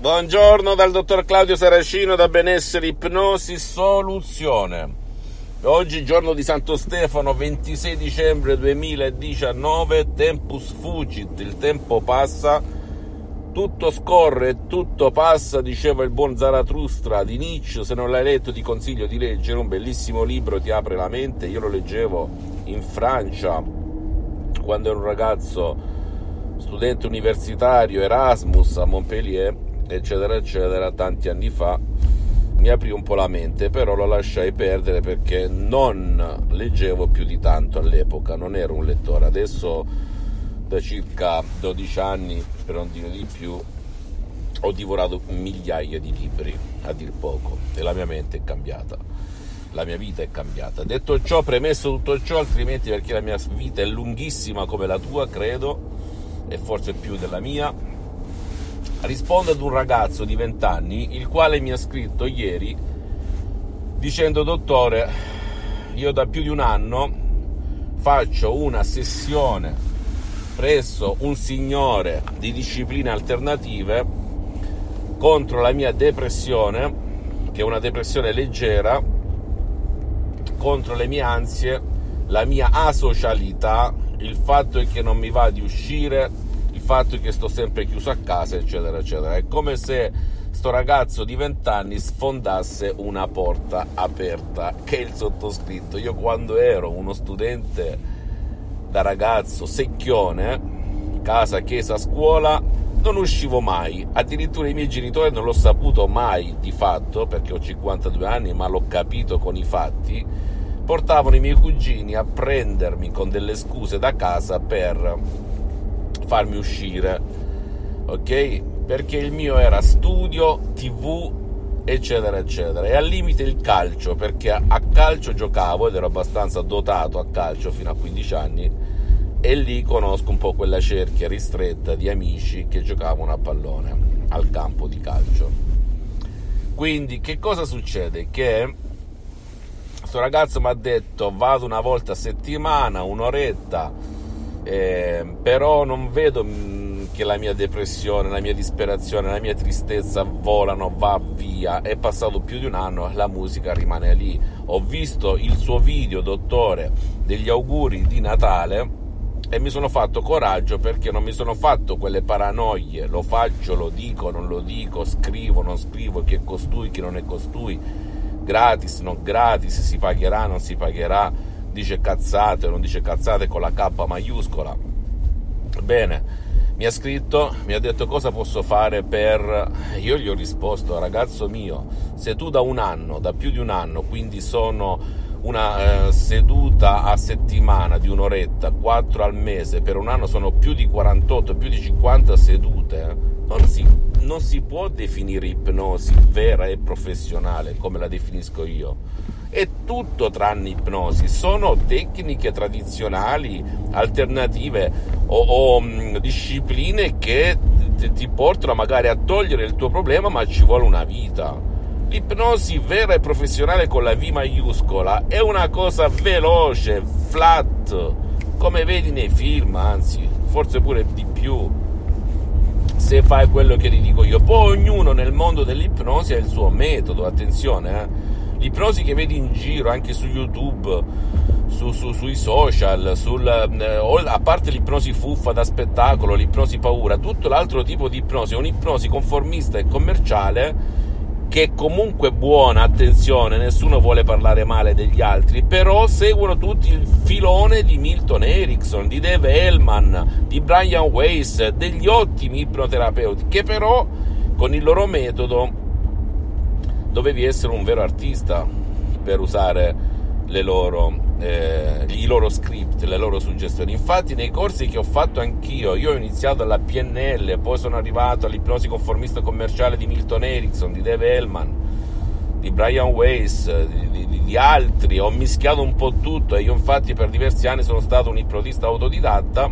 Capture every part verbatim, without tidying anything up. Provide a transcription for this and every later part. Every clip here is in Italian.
Buongiorno dal dottor Claudio Saracino da Benessere Ipnosi Soluzione. Oggi giorno di Santo Stefano, ventisei dicembre duemiladiciannove, tempus fugit, il tempo passa, tutto scorre e tutto passa, diceva il buon Zarathustra di Nietzsche. Se non l'hai letto ti consiglio di leggere, un bellissimo libro, ti apre la mente. Io lo leggevo in Francia quando ero un ragazzo studente universitario, Erasmus a Montpellier, eccetera eccetera, tanti anni fa. Mi aprì un po' la mente, però lo lasciai perdere perché non leggevo più di tanto all'epoca, non ero un lettore. Adesso da circa dodici anni, per non dire di più, ho divorato migliaia di libri, a dir poco, e la mia mente è cambiata, la mia vita è cambiata. Detto ciò, premesso tutto ciò, altrimenti, perché la mia vita è lunghissima come la tua, credo, e forse più della mia, rispondo ad un ragazzo di venti anni il quale mi ha scritto ieri dicendo: dottore, io da più di un anno faccio una sessione presso un signore di discipline alternative contro la mia depressione, che è una depressione leggera, contro le mie ansie, la mia asocialità, il fatto è che non mi va di uscire, il fatto è che sto sempre chiuso a casa, eccetera eccetera. È come se sto ragazzo di venti anni sfondasse una porta aperta, che è il sottoscritto. Io quando ero uno studente da ragazzo secchione, casa, chiesa, scuola, non uscivo mai, addirittura i miei genitori non l'ho saputo mai di fatto, perché ho cinquantadue anni, ma l'ho capito con i fatti. Portavano i miei cugini a prendermi con delle scuse da casa per farmi uscire, ok? Perché il mio era studio, tv, eccetera eccetera, e al limite il calcio, perché a calcio giocavo ed ero abbastanza dotato a calcio fino a quindici anni, e lì conosco un po' quella cerchia ristretta di amici che giocavano a pallone al campo di calcio. Quindi che cosa succede? Che questo ragazzo mi ha detto: vado una volta a settimana, un'oretta, Eh, però non vedo mh, che la mia depressione, la mia disperazione, la mia tristezza volano, va via. È passato più di un anno, la musica rimane lì. Ho visto il suo video, dottore, degli auguri di Natale, e mi sono fatto coraggio, perché non mi sono fatto quelle paranoie, lo faccio, lo dico, non lo dico, scrivo, non scrivo, chi è costui, chi non è costui, gratis, non gratis, si pagherà, non si pagherà, dice cazzate o non dice cazzate con la K maiuscola. Bene, mi ha scritto, mi ha detto: cosa posso fare per... Io gli ho risposto: ragazzo mio, se tu da un anno, da più di un anno, quindi sono una eh, seduta a settimana di un'oretta, quattro al mese, per un anno sono più di quarantotto, più di cinquanta sedute, non si, non si può definire ipnosi vera e professionale come la definisco io. È tutto tranne ipnosi, sono tecniche tradizionali, alternative o, o mh, discipline che t- ti portano magari a togliere il tuo problema, ma ci vuole una vita. L'ipnosi vera e professionale con la V maiuscola è una cosa veloce, flat, come vedi nei film, anzi, forse pure di più, se fai quello che ti dico io. Poi ognuno nel mondo dell'ipnosi ha il suo metodo, attenzione, eh. L'ipnosi che vedi in giro anche su YouTube, su, su, sui social, sul, eh, a parte l'ipnosi fuffa da spettacolo, l'ipnosi paura, tutto l'altro tipo di ipnosi è un'ipnosi conformista e commerciale, che è comunque buona, attenzione, nessuno vuole parlare male degli altri, però seguono tutti il filone di Milton Erickson, di Dave Hellman, di Brian Weiss, degli ottimi ipnoterapeuti, che però con il loro metodo dovevi essere un vero artista per usare le loro, eh, i loro script, le loro suggestioni. Infatti nei corsi che ho fatto anch'io, io ho iniziato alla P N L, poi sono arrivato all'ipnosi conformista commerciale di Milton Erickson, di Dave Hellman, di Brian Weiss, di, di, di altri, ho mischiato un po' tutto, e io infatti per diversi anni sono stato un ipnotista autodidatta.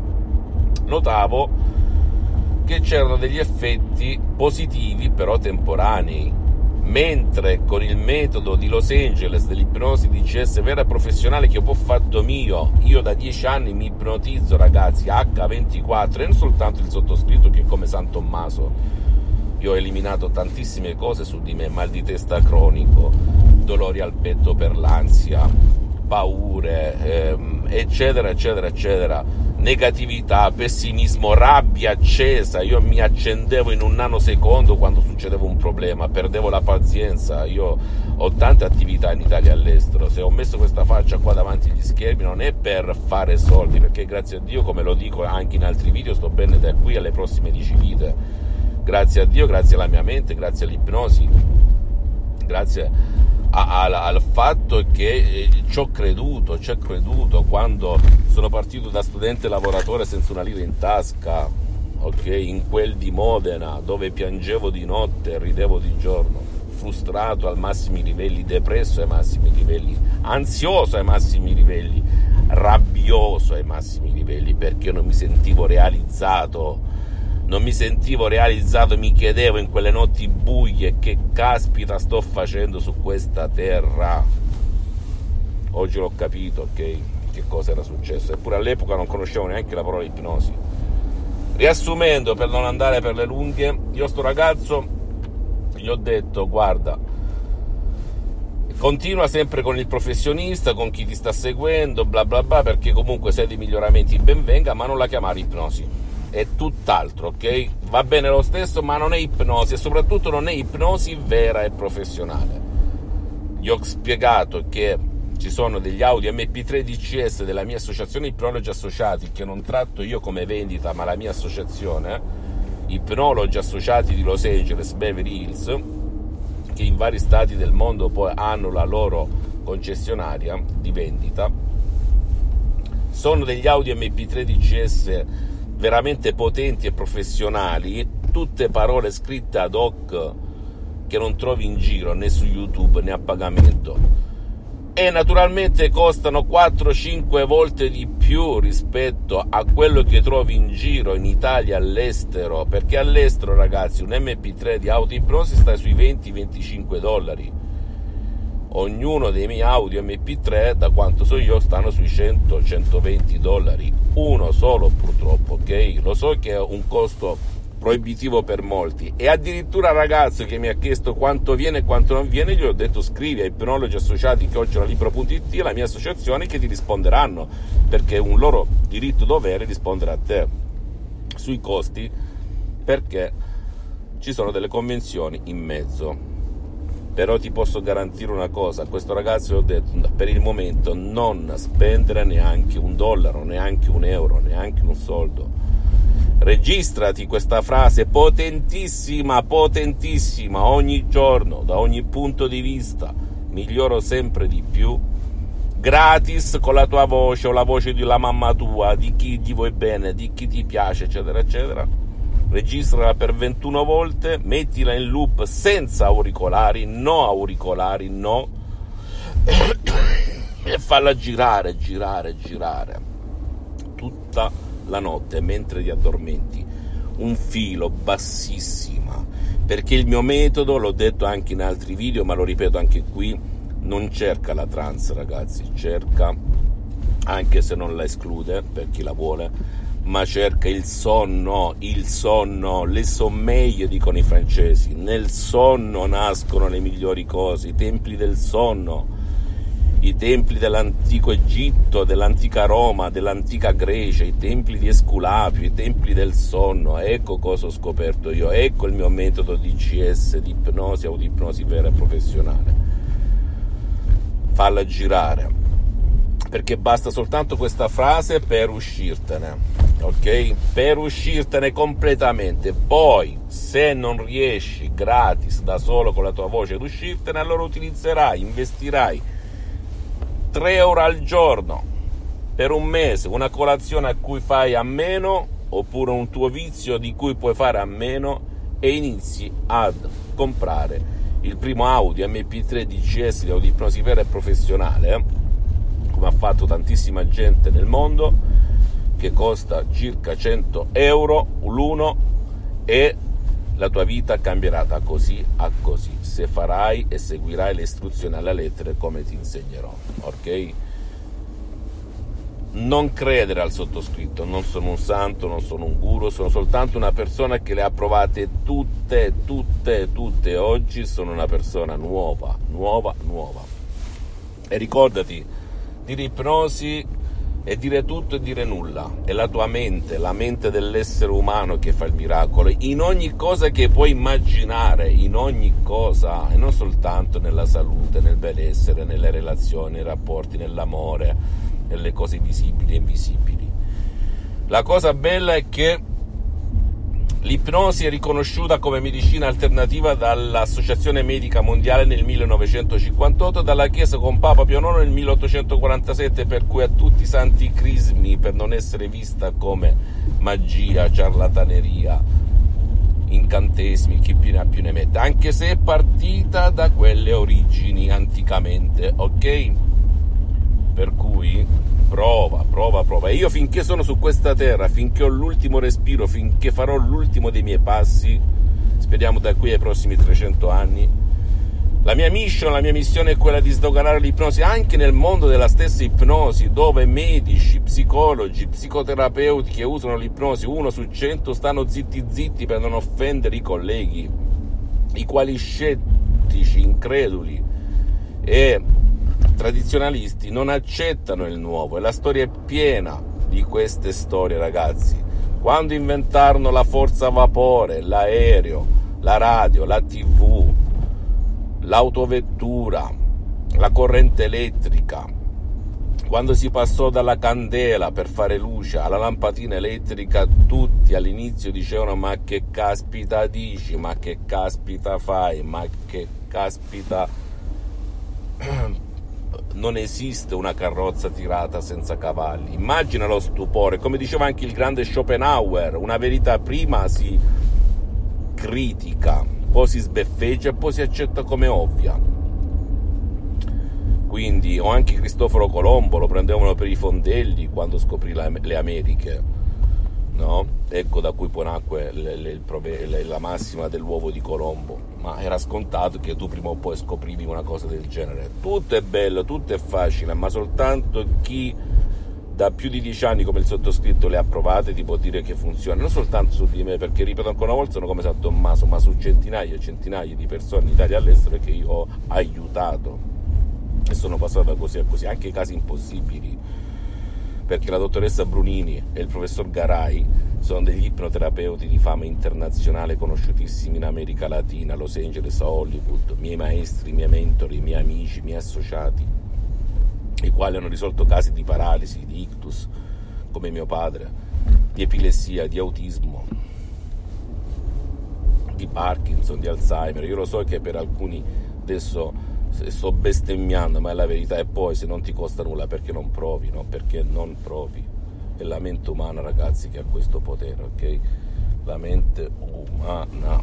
Notavo che c'erano degli effetti positivi però temporanei, mentre con il metodo di Los Angeles dell'ipnosi D C S vera e professionale, che ho fatto mio, io da dieci anni mi ipnotizzo, ragazzi, acca ventiquattro, e non soltanto il sottoscritto che come San Tommaso Io ho eliminato tantissime cose su di me: mal di testa cronico, dolori al petto per l'ansia, paure, ehm, eccetera, eccetera, eccetera, negatività, pessimismo, rabbia accesa. Io mi accendevo in un nanosecondo quando succedeva un problema, perdevo la pazienza. Io ho tante attività in Italia e all'estero. Se ho messo questa faccia qua davanti agli schermi non è per fare soldi, perché grazie a Dio, come lo dico anche in altri video, sto bene da qui alle prossime dieci vite. Grazie a Dio, grazie alla mia mente, grazie all'ipnosi, grazie a, a, al fatto che ci ho creduto, ci ho creduto quando sono partito da studente lavoratore senza una lira in tasca, ok, in quel di Modena, dove piangevo di notte e ridevo di giorno, frustrato ai massimi livelli, depresso ai massimi livelli, ansioso ai massimi livelli, rabbioso ai massimi livelli, perché non mi sentivo realizzato. Non mi sentivo realizzato, mi chiedevo in quelle notti buie che caspita sto facendo su questa terra. Oggi l'ho capito, ok, che cosa era successo, eppure all'epoca non conoscevo neanche la parola ipnosi. Riassumendo, per non andare per le lunghe, io a sto ragazzo gli ho detto: guarda, continua sempre con il professionista, con chi ti sta seguendo, bla bla bla, perché comunque se hai dei miglioramenti ben venga, ma non la chiamare ipnosi. È tutt'altro, ok? Va bene lo stesso, ma non è ipnosi, e soprattutto non è ipnosi vera e professionale. Gli ho spiegato che ci sono degli audio M P tre D C S della mia associazione Ipnologi Associati, che non tratto io come vendita, ma la mia associazione, Ipnologi Associati di Los Angeles, Beverly Hills, che in vari stati del mondo poi hanno la loro concessionaria di vendita. Sono degli audio M P tre D C S veramente potenti e professionali, tutte parole scritte ad hoc che non trovi in giro né su YouTube né a pagamento, e naturalmente costano quattro cinque volte di più rispetto a quello che trovi in giro in Italia e all'estero, perché all'estero, ragazzi, un M P tre di autoipnosi sta sui venti venticinque dollari. Ognuno dei miei audio M P tre, da quanto so io, stanno sui cento centoventi dollari, uno solo purtroppo, ok? Lo so che è un costo proibitivo per molti, e addirittura il ragazzo che mi ha chiesto quanto viene e quanto non viene, gli ho detto: scrivi a Ipnologi Associati chiocciola libro punto it, la mia associazione, che ti risponderanno, perché è un loro diritto dovere rispondere a te sui costi, perché ci sono delle convenzioni in mezzo. Però ti posso garantire una cosa: a questo ragazzo gli ho detto: per il momento non spendere neanche un dollaro, neanche un euro, neanche un soldo. Registrati questa frase potentissima, potentissima, ogni giorno, da ogni punto di vista, miglioro sempre di più, gratis, con la tua voce o la voce della mamma tua, di chi gli vuoi bene, di chi ti piace, eccetera, eccetera. Registrala per ventuno volte, mettila in loop senza auricolari, no auricolari, no, e falla girare, girare, girare tutta la notte mentre ti addormenti, un filo bassissima, perché il mio metodo, l'ho detto anche in altri video, ma lo ripeto anche qui, non cerca la trance, ragazzi, cerca, anche se non la esclude per chi la vuole, ma cerca il sonno, il sonno, le sommeille, dicono i francesi. Nel sonno nascono le migliori cose, i templi del sonno, i templi dell'antico Egitto, dell'antica Roma, dell'antica Grecia, i templi di Esculapio, i templi del sonno. Ecco cosa ho scoperto io, ecco il mio metodo di D C S, di ipnosi, autoipnosi vera e professionale. Falla girare, perché basta soltanto questa frase per uscirtene, ok? Per uscirtene completamente. Poi, se non riesci gratis da solo con la tua voce ad uscirtene, allora utilizzerai, investirai tre euro al giorno per un mese, una colazione a cui fai a meno, oppure un tuo vizio di cui puoi fare a meno, e inizi ad comprare il primo audio M P tre D C S di autoipnosi vera e professionale, come ha fatto tantissima gente nel mondo, che costa circa cento euro l'uno, e la tua vita cambierà da così a così, se farai e seguirai le istruzioni alla lettera come ti insegnerò, ok? non credere al sottoscritto, non sono un santo, non sono un guru, sono soltanto una persona che le ha provate tutte, tutte, tutte. Oggi sono una persona nuova, nuova, nuova. E ricordati, dire ipnosi è dire tutto e dire nulla. È la tua mente, la mente dell'essere umano che fa il miracolo, in ogni cosa che puoi immaginare, in ogni cosa, e non soltanto nella salute, nel benessere, nelle relazioni, nei rapporti, nell'amore, nelle cose visibili e invisibili. La cosa bella è che l'ipnosi è riconosciuta come medicina alternativa dall'Associazione Medica Mondiale nel millenovecentocinquantotto, dalla Chiesa con Papa Pio nono nel milleottocentoquarantasette, per cui ha tutti i santi crismi per non essere vista come magia, ciarlataneria, incantesimi, chi più ne ha più ne mette, anche se è partita da quelle origini anticamente, ok? Per cui prova, prova, prova. E io finché sono su questa terra, finché ho l'ultimo respiro, finché farò l'ultimo dei miei passi, speriamo da qui ai prossimi trecento anni, la mia mission, la mia missione è quella di sdoganare l'ipnosi anche nel mondo della stessa ipnosi, dove medici, psicologi, psicoterapeuti che usano l'ipnosi, uno su cento, stanno zitti zitti per non offendere i colleghi, i quali scettici, increduli e tradizionalisti non accettano il nuovo. E la storia è piena di queste storie, ragazzi. Quando inventarono la forza a vapore, l'aereo, la radio, la tivù, l'autovettura, la corrente elettrica, quando si passò dalla candela per fare luce alla lampadina elettrica, tutti all'inizio dicevano: ma che caspita dici, ma che caspita fai, ma che caspita... non esiste una carrozza tirata senza cavalli. Immagina lo stupore, come diceva anche il grande Schopenhauer, una verità prima si critica, poi si sbeffeggia e poi si accetta come ovvia. Quindi, o anche Cristoforo Colombo lo prendevano per i fondelli quando scoprì la, le Americhe, no? Ecco da cui poi nacque le, le, le, la massima dell'uovo di Colombo. Ma era scontato che tu prima o poi scoprivi una cosa del genere. Tutto è bello, tutto è facile, ma soltanto chi da più di dieci anni come il sottoscritto le ha provate ti può dire che funziona. Non soltanto su di me, perché ripeto ancora una volta, sono come San Tommaso, ma su centinaia e centinaia di persone in Italia e all'estero che io ho aiutato, e sono passato da così a così, anche casi impossibili, perché la dottoressa Brunini e il professor Garai sono degli ipnoterapeuti di fama internazionale, conosciutissimi in America Latina, Los Angeles, a Hollywood, miei maestri, miei mentori, miei amici, miei associati, i quali hanno risolto casi di paralisi, di ictus, come mio padre, di epilessia, di autismo, di Parkinson, di Alzheimer. Io lo so che per alcuni adesso sto bestemmiando, ma è la verità. E poi, se non ti costa nulla, perché non provi, no? Perché non provi. È la mente umana, ragazzi, che ha questo potere, ok? La mente umana.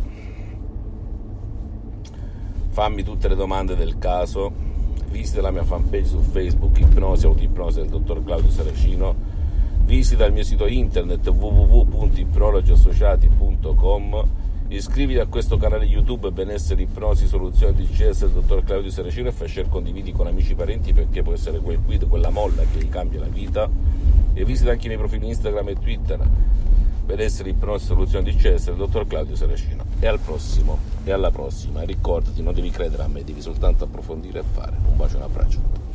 Fammi tutte le domande del caso, visita la mia fanpage su Facebook, Ipnosi Autoipnosi del dottor Claudio Saracino, visita il mio sito internet w w w punto ipnologi associati punto com, iscriviti a questo canale YouTube Benessere Ipnosi Soluzione D C S del dottor Claudio Saracino e fai share, condividi con amici e parenti, perché può essere quel quid, quella molla che gli cambia la vita. E visita anche i miei profili Instagram e Twitter Benessere Ipnosi Soluzione D C S del dottor Claudio Saracino. E al prossimo, e alla prossima. E ricordati, non devi credere a me, devi soltanto approfondire e fare. Un bacio e un abbraccio.